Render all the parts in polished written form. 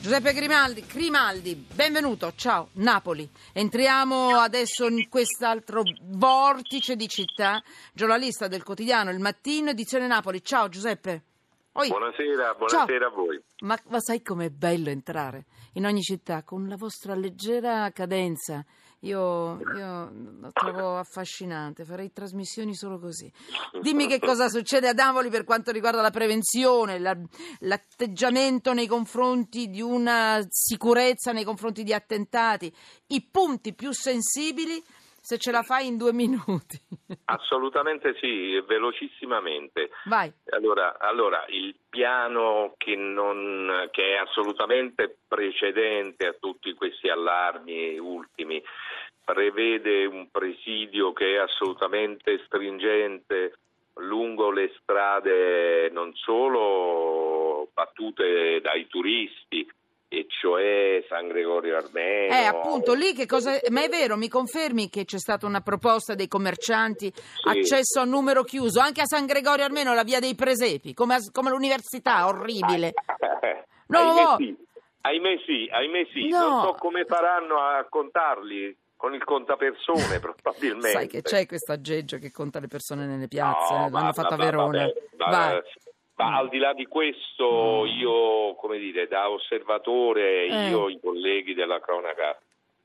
Giuseppe Grimaldi, benvenuto, ciao, Napoli. Entriamo adesso in quest'altro vortice di città, giornalista del quotidiano Il Mattino, edizione Napoli. Ciao Giuseppe. Oi. Buonasera a voi. Ma sai com'è bello entrare in ogni città con la vostra leggera cadenza? Io lo trovo affascinante, farei trasmissioni solo così. Dimmi che cosa succede a Napoli per quanto riguarda la prevenzione, l'atteggiamento nei confronti di una sicurezza, nei confronti di attentati, i punti più sensibili, se ce la fai in 2 minuti. Assolutamente sì, velocissimamente. Vai. Allora, il piano che è assolutamente precedente a tutti questi allarmi ultimi prevede un presidio che è assolutamente stringente lungo le strade non solo battute dai turisti, e cioè San Gregorio Armenio. Appunto, lì che cosa... Ma è vero, mi confermi che c'è stata una proposta dei commercianti, sì, accesso a numero chiuso, anche a San Gregorio Armenio, la via dei Presepi, come l'università, orribile. No, ahimè sì. No. Non so come faranno a contarli. Con il contapersone probabilmente. Sai che c'è questo aggeggio che conta le persone nelle piazze, l'hanno fatto a Verona. Ma al di là di questo, io, da osservatore, io i colleghi della cronaca,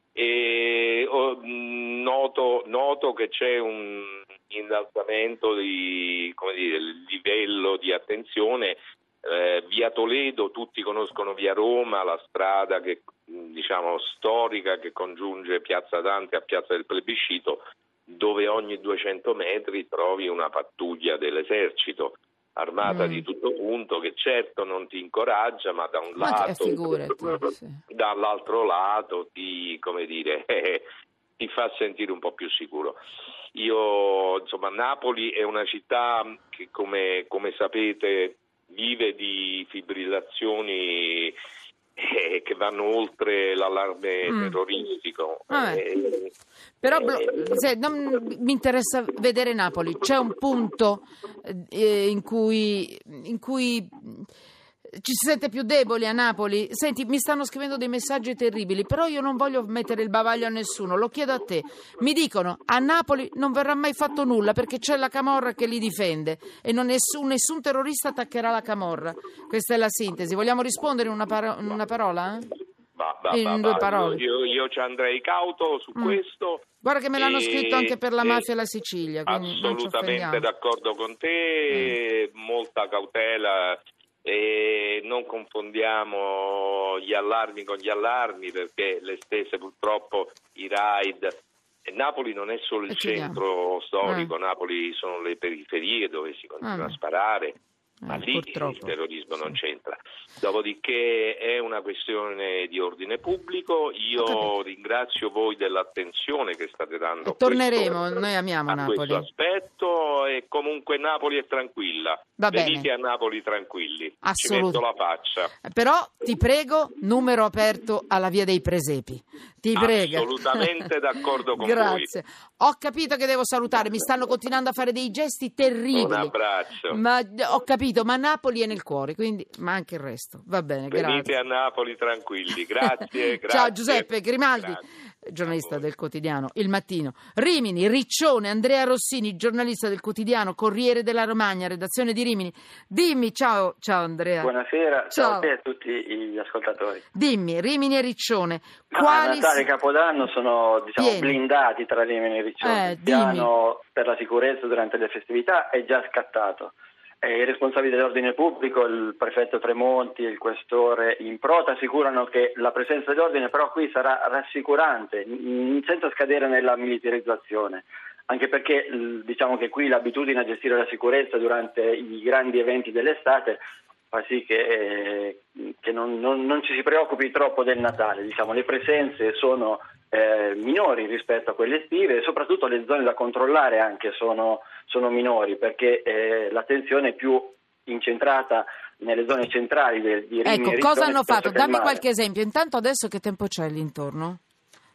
noto che c'è un innalzamento di, il livello di attenzione. Via Toledo, tutti conoscono via Roma, la strada che storica che congiunge Piazza Dante a Piazza del Plebiscito, dove ogni 200 metri trovi una pattuglia dell'esercito armata di tutto punto, che certo non ti incoraggia, ma da un lato, dall'altro lato ti fa sentire un po' più sicuro. Napoli è una città che, come sapete, vive di fibrillazioni che vanno oltre l'allarme terroristico. Però non mi interessa vedere Napoli. C'è un punto in cui ci si sente più deboli a Napoli. Senti, mi stanno scrivendo dei messaggi terribili, però io non voglio mettere il bavaglio a nessuno, lo chiedo a te. Mi dicono, a Napoli non verrà mai fatto nulla perché c'è la camorra che li difende e nessun terrorista attaccherà la camorra. Questa è la sintesi. Vogliamo rispondere in una parola? In 2 parole. Io ci andrei cauto su questo. Guarda che me l'hanno scritto anche per la mafia e la Sicilia. Assolutamente d'accordo con te, molta cautela. E non confondiamo gli allarmi con gli allarmi, perché le stesse purtroppo i raid. Napoli non è solo il centro storico, Napoli sono le periferie dove si continua a sparare, ma lì purtroppo il terrorismo non c'entra. Dopodiché è una questione di ordine pubblico. Io ringrazio voi dell'attenzione che state dando noi amiamo Napoli, questo aspetto, e comunque Napoli è tranquilla. Venite a Napoli tranquilli, ci metto la faccia. Però ti prego, numero aperto alla via dei Presepi, ti prego. Assolutamente d'accordo con Grazie. Voi. Ho capito che devo salutare, mi stanno continuando a fare dei gesti terribili. Un abbraccio. Ma ho capito, ma Napoli è nel cuore, quindi, ma anche il resto. Va bene, Venite a Napoli tranquilli. Grazie. Ciao Giuseppe Grimaldi, giornalista del quotidiano Il Mattino. Rimini, Riccione, Andrea Rossini, giornalista del quotidiano Corriere della Romagna, redazione di Rimini. Dimmi, ciao Andrea. Buonasera, ciao a te e a tutti gli ascoltatori. Dimmi, Rimini e Riccione. Natale e Capodanno sono blindati tra Rimini e Riccione. Il piano per la sicurezza durante le festività è già scattato. I responsabili dell'ordine pubblico, il prefetto Tremonti e il questore Improta assicurano che la presenza dell'ordine però qui sarà rassicurante, senza scadere nella militarizzazione, anche perché diciamo che qui l'abitudine a gestire la sicurezza durante i grandi eventi dell'estate fa sì che non ci si preoccupi troppo del Natale. Le presenze sono minori rispetto a quelle estive, e soprattutto le zone da controllare anche sono minori, perché l'attenzione è più incentrata nelle zone centrali di Rimini. Ecco, cosa hanno fatto? Dammi qualche esempio. Intanto adesso che tempo c'è lì intorno?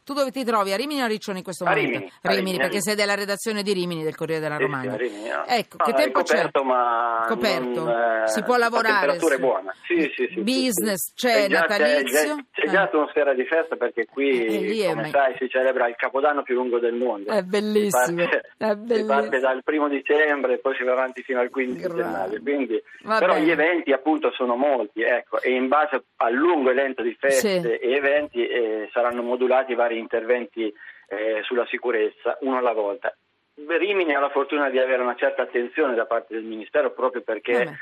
Tu dove ti trovi? A Rimini o a Riccione in questo momento? Rimini, perché sei della redazione di Rimini del Corriere della Romagna. Rimini, no. Ecco, che tempo coperto, c'è? Ma coperto, si può lavorare. La temperatura è buona. Sì. Business, c'è natalizio. C'è già atmosfera di festa, perché qui, come sai, si celebra il Capodanno più lungo del mondo. È bellissimo. Si parte dal 1 dicembre e poi si va avanti fino al 15 gennaio. Quindi, però gli eventi appunto sono molti, ecco, e in base al lungo elenco di feste e eventi saranno modulati vari interventi sulla sicurezza, uno alla volta. Rimini ha la fortuna di avere una certa attenzione da parte del Ministero, proprio perché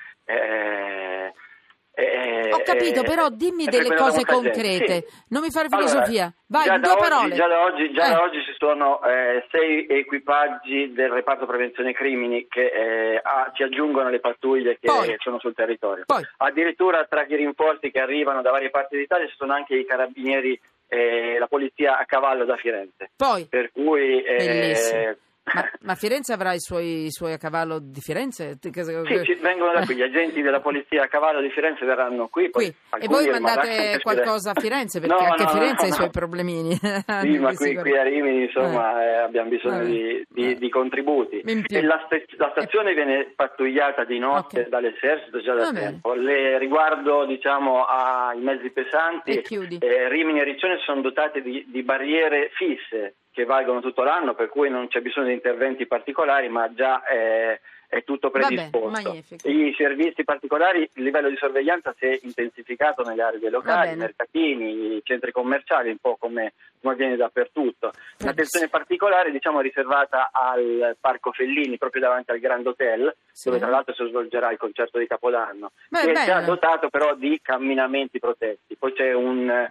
ho capito, però dimmi delle cose concrete, non mi fare filosofia. Vai, già due parole. Già da oggi ci sono 6 equipaggi del reparto prevenzione crimini che ci aggiungono alle pattuglie che sono sul territorio. Addirittura tra i rinforzi che arrivano da varie parti d'Italia ci sono anche i carabinieri e la polizia a cavallo da Firenze. Per cui Ma Firenze avrà i suoi a cavallo di Firenze? Sì, vengono da qui, gli agenti della polizia a cavallo di Firenze verranno qui. E voi mandate qualcosa a Firenze? Perché anche Firenze ha i suoi problemini. Sì, ma qui a Rimini insomma abbiamo bisogno di contributi. E la stazione viene pattugliata di notte dall'esercito già da tempo. Riguardo diciamo ai mezzi pesanti, Rimini e Riccione sono dotate di barriere fisse che valgono tutto l'anno, per cui non c'è bisogno di interventi particolari, ma già è tutto predisposto. I servizi particolari, il livello di sorveglianza si è intensificato nelle aree dei locali, mercatini, centri commerciali, un po' come avviene dappertutto. Un'attenzione particolare è riservata al Parco Fellini, proprio davanti al Grand Hotel, dove tra l'altro si svolgerà il concerto di Capodanno, che è già dotato però di camminamenti protetti. Poi c'è una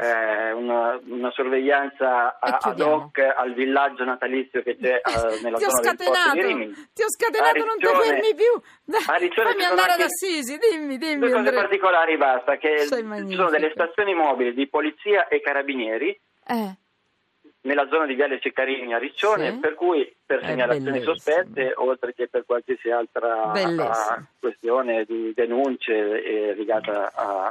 sorveglianza ad hoc al villaggio natalizio che c'è nella zona del porto di Rimini. Ti ho scatenato, non ti fermi più. Fammi andare ad Assisi, dimmi. Due cose particolari basta, che ci sono delle stazioni mobili di polizia e carabinieri nella zona di Viale Ceccarini a Riccione, per cui per segnalazioni sospette, oltre che per qualsiasi altra questione di denunce legata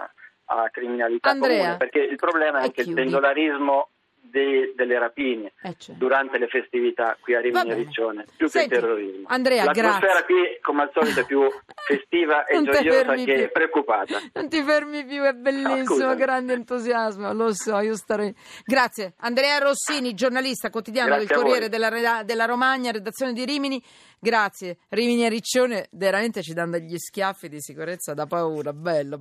a criminalità comune, perché il problema è che il pendolarismo delle rapine durante le festività qui a Rimini e Riccione, più che il terrorismo. Andrea, l'atmosfera qui come al solito è più festiva e gioiosa che preoccupata. Non ti fermi più, è bellissimo, grande entusiasmo, lo so, io starei. Grazie. Andrea Rossini, giornalista quotidiano del Corriere della Romagna, redazione di Rimini. Grazie. Rimini e Riccione veramente ci danno degli schiaffi di sicurezza da paura, bello.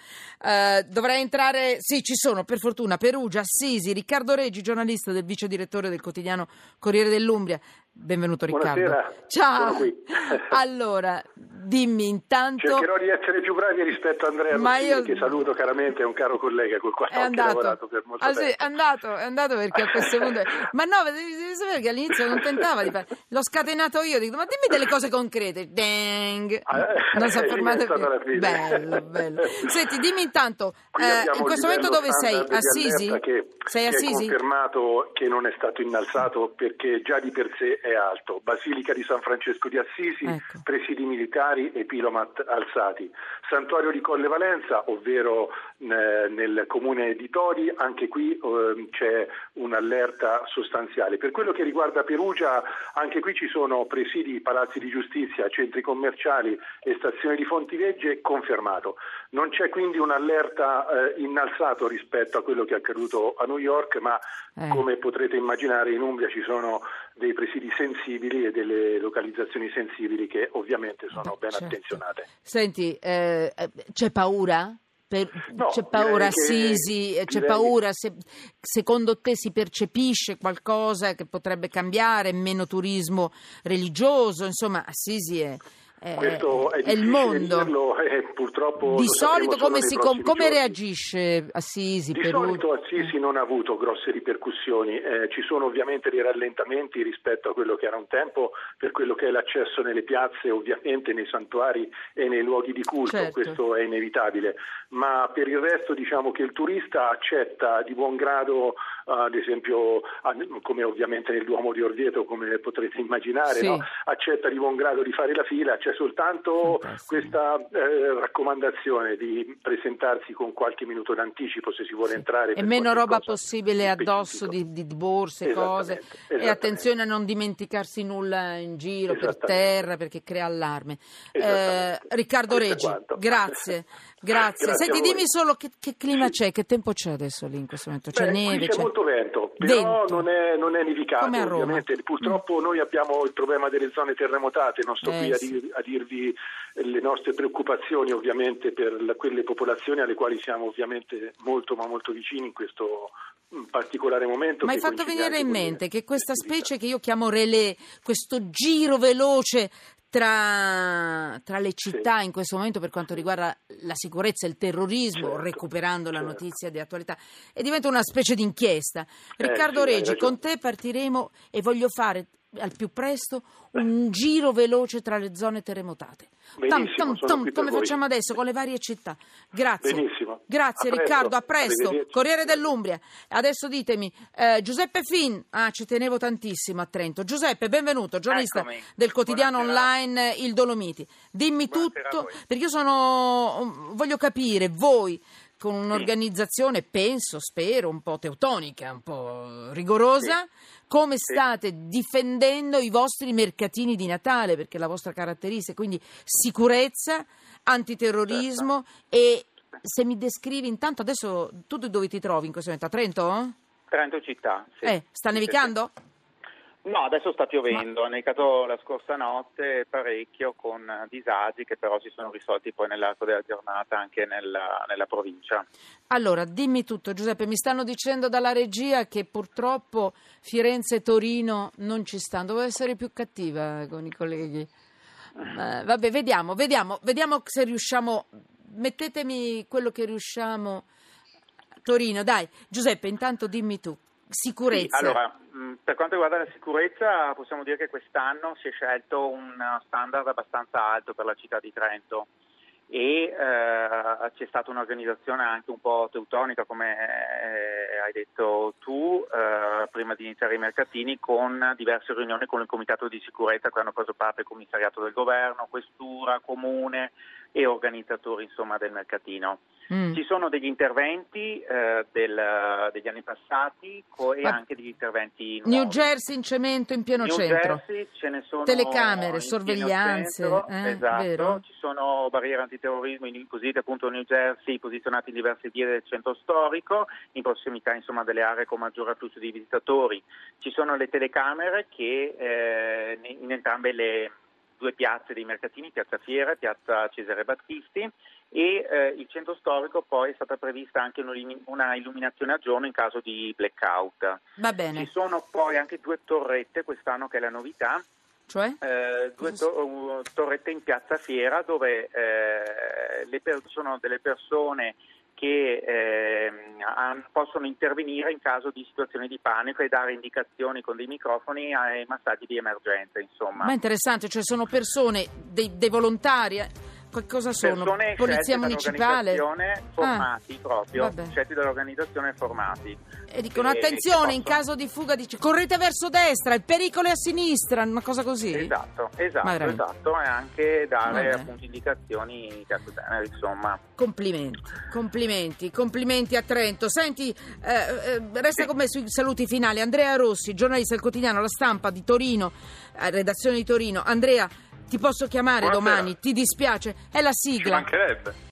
Dovrei entrare, ci sono per fortuna Perugia, Assisi, Riccardo Reggi, giornalista del vice direttore del quotidiano Corriere dell'Umbria. Benvenuto Riccardo. Buonasera. Ciao. Sono qui. Allora, dimmi intanto. Cercherò di essere più bravi rispetto a Andrea Rossini, che saluto caramente, è un caro collega col quale ho anche lavorato per molto tempo. Sì, è andato perché a questo punto. Ma no, devi sapere che all'inizio non tentava di fare. L'ho scatenato io, dico, ma dimmi delle cose concrete. Dang! Non si è fermato più. Bello. Senti, dimmi intanto, in questo momento dove sei? Assisi? Sei Assisi? È confermato che non è stato innalzato perché già di per sé è alto. Basilica di San Francesco di Assisi, presidi militari e pilomat alzati. Santuario di Colle Valenza, ovvero nel comune di Tori, anche qui c'è un'allerta sostanziale. Per quello che riguarda Perugia, anche qui ci sono presidi, palazzi di giustizia, centri commerciali e stazioni di Fontivegge, confermato. Non c'è quindi un'allerta innalzato rispetto a quello che è accaduto a New York, ma come potrete immaginare in Umbria ci sono dei presidi sensibili e delle localizzazioni sensibili che ovviamente sono ben attenzionate. Senti, c'è paura? C'è paura Assisi? C'è paura? Secondo te si percepisce qualcosa che potrebbe cambiare? Meno turismo religioso? Insomma, Assisi è il mondo. Dirlo, purtroppo di solito come reagisce Assisi? Di solito Assisi non ha avuto grosse ripercussioni, ci sono ovviamente dei rallentamenti rispetto a quello che era un tempo per quello che è l'accesso nelle piazze, ovviamente nei santuari e nei luoghi di culto, questo è inevitabile, ma per il resto diciamo che il turista accetta di buon grado, ad esempio come ovviamente nel Duomo di Orvieto, come potrete immaginare, accetta di buon grado di fare la fila, c'è soltanto questa raccomandazione di presentarsi con qualche minuto d'anticipo se si vuole entrare. E meno roba possibile addosso di borse, cose, e attenzione a non dimenticarsi nulla in giro, per terra, perché crea allarme. Riccardo Reggi, grazie. Senti, dimmi solo che clima c'è, che tempo c'è adesso lì in questo momento? C'è neve? C'è molto vento, però non è nevicato, come a Roma. Ovviamente. Purtroppo noi abbiamo il problema delle zone terremotate, non sto qui a dirvi le nostre preoccupazioni ovviamente per quelle popolazioni alle quali siamo ovviamente molto ma molto vicini in questo particolare momento. Ma hai fatto venire in mente che questa specie che io chiamo relè, questo giro veloce tra le città in questo momento per quanto riguarda la sicurezza e il terrorismo, recuperando la notizia di attualità, e diventa una specie di inchiesta. Riccardo Reggi, con te partiremo e voglio fare al più presto un giro veloce tra le zone terremotate. Come facciamo adesso con le varie città. Grazie. Benissimo. Grazie Riccardo, a presto. Corriere dell'Umbria. Adesso ditemi, Giuseppe Fin, ci tenevo tantissimo a Trento. Giuseppe, benvenuto, giornalista del quotidiano online Il Dolomiti. Dimmi tutto, perché io voglio capire, voi con un'organizzazione, spero, un po' teutonica, un po' rigorosa, come state difendendo i vostri mercatini di Natale, perché è la vostra caratteristica, quindi sicurezza, antiterrorismo, e se mi descrivi intanto, adesso tu dove ti trovi in questo momento? A Trento? Trento città, sì. Sta nevicando? No, adesso sta piovendo, ha nevicato la scorsa notte parecchio con disagi che però si sono risolti poi nell'arco della giornata anche nella provincia. Allora, dimmi tutto Giuseppe, mi stanno dicendo dalla regia che purtroppo Firenze e Torino non ci stanno, devo essere più cattiva con i colleghi. Vabbè, vediamo se riusciamo, mettetemi quello che riusciamo. Torino, dai, Giuseppe, intanto dimmi tu. Sicurezza. Sì, allora, per quanto riguarda la sicurezza possiamo dire che quest'anno si è scelto un standard abbastanza alto per la città di Trento e c'è stata un'organizzazione anche un po' teutonica, come hai detto tu, prima di iniziare i mercatini, con diverse riunioni con il comitato di sicurezza che hanno preso parte il commissariato del governo, questura, comune e organizzatori insomma del mercatino. Ci sono degli interventi degli anni passati e anche degli interventi nuovi. New Jersey in cemento in pieno centro. Jersey ce ne sono telecamere, sorveglianze, esatto. Vero? Ci sono barriere antiterrorismo così appunto New Jersey, posizionate in diverse vie del centro storico, in prossimità insomma delle aree con maggiore afflusso di visitatori. Ci sono le telecamere che in entrambe le due piazze dei mercatini, Piazza Fiera e Piazza Cesare Battisti, e il centro storico poi è stata prevista anche una illuminazione a giorno in caso di blackout. Va bene. Ci sono poi anche 2 torrette quest'anno, che è la novità. Cioè? 2 torrette in Piazza Fiera dove sono delle persone che possono intervenire in caso di situazioni di panico e dare indicazioni con dei microfoni ai messaggi di emergenza, insomma. Ma è interessante, cioè sono persone, dei volontari, cosa sono? Persone Polizia municipale? Formati proprio, scelti dall'organizzazione formati. E dicono attenzione, in caso di fuga correte verso destra, il pericolo è a sinistra, una cosa così. Esatto, e anche dare appunto indicazioni di questo genere, insomma. Complimenti a Trento. Senti, resta con me sui saluti finali. Andrea Rossi, giornalista del quotidiano La Stampa di Torino, redazione di Torino. Andrea, ti posso chiamare domani? Ti dispiace? È la sigla. Ci mancherebbe.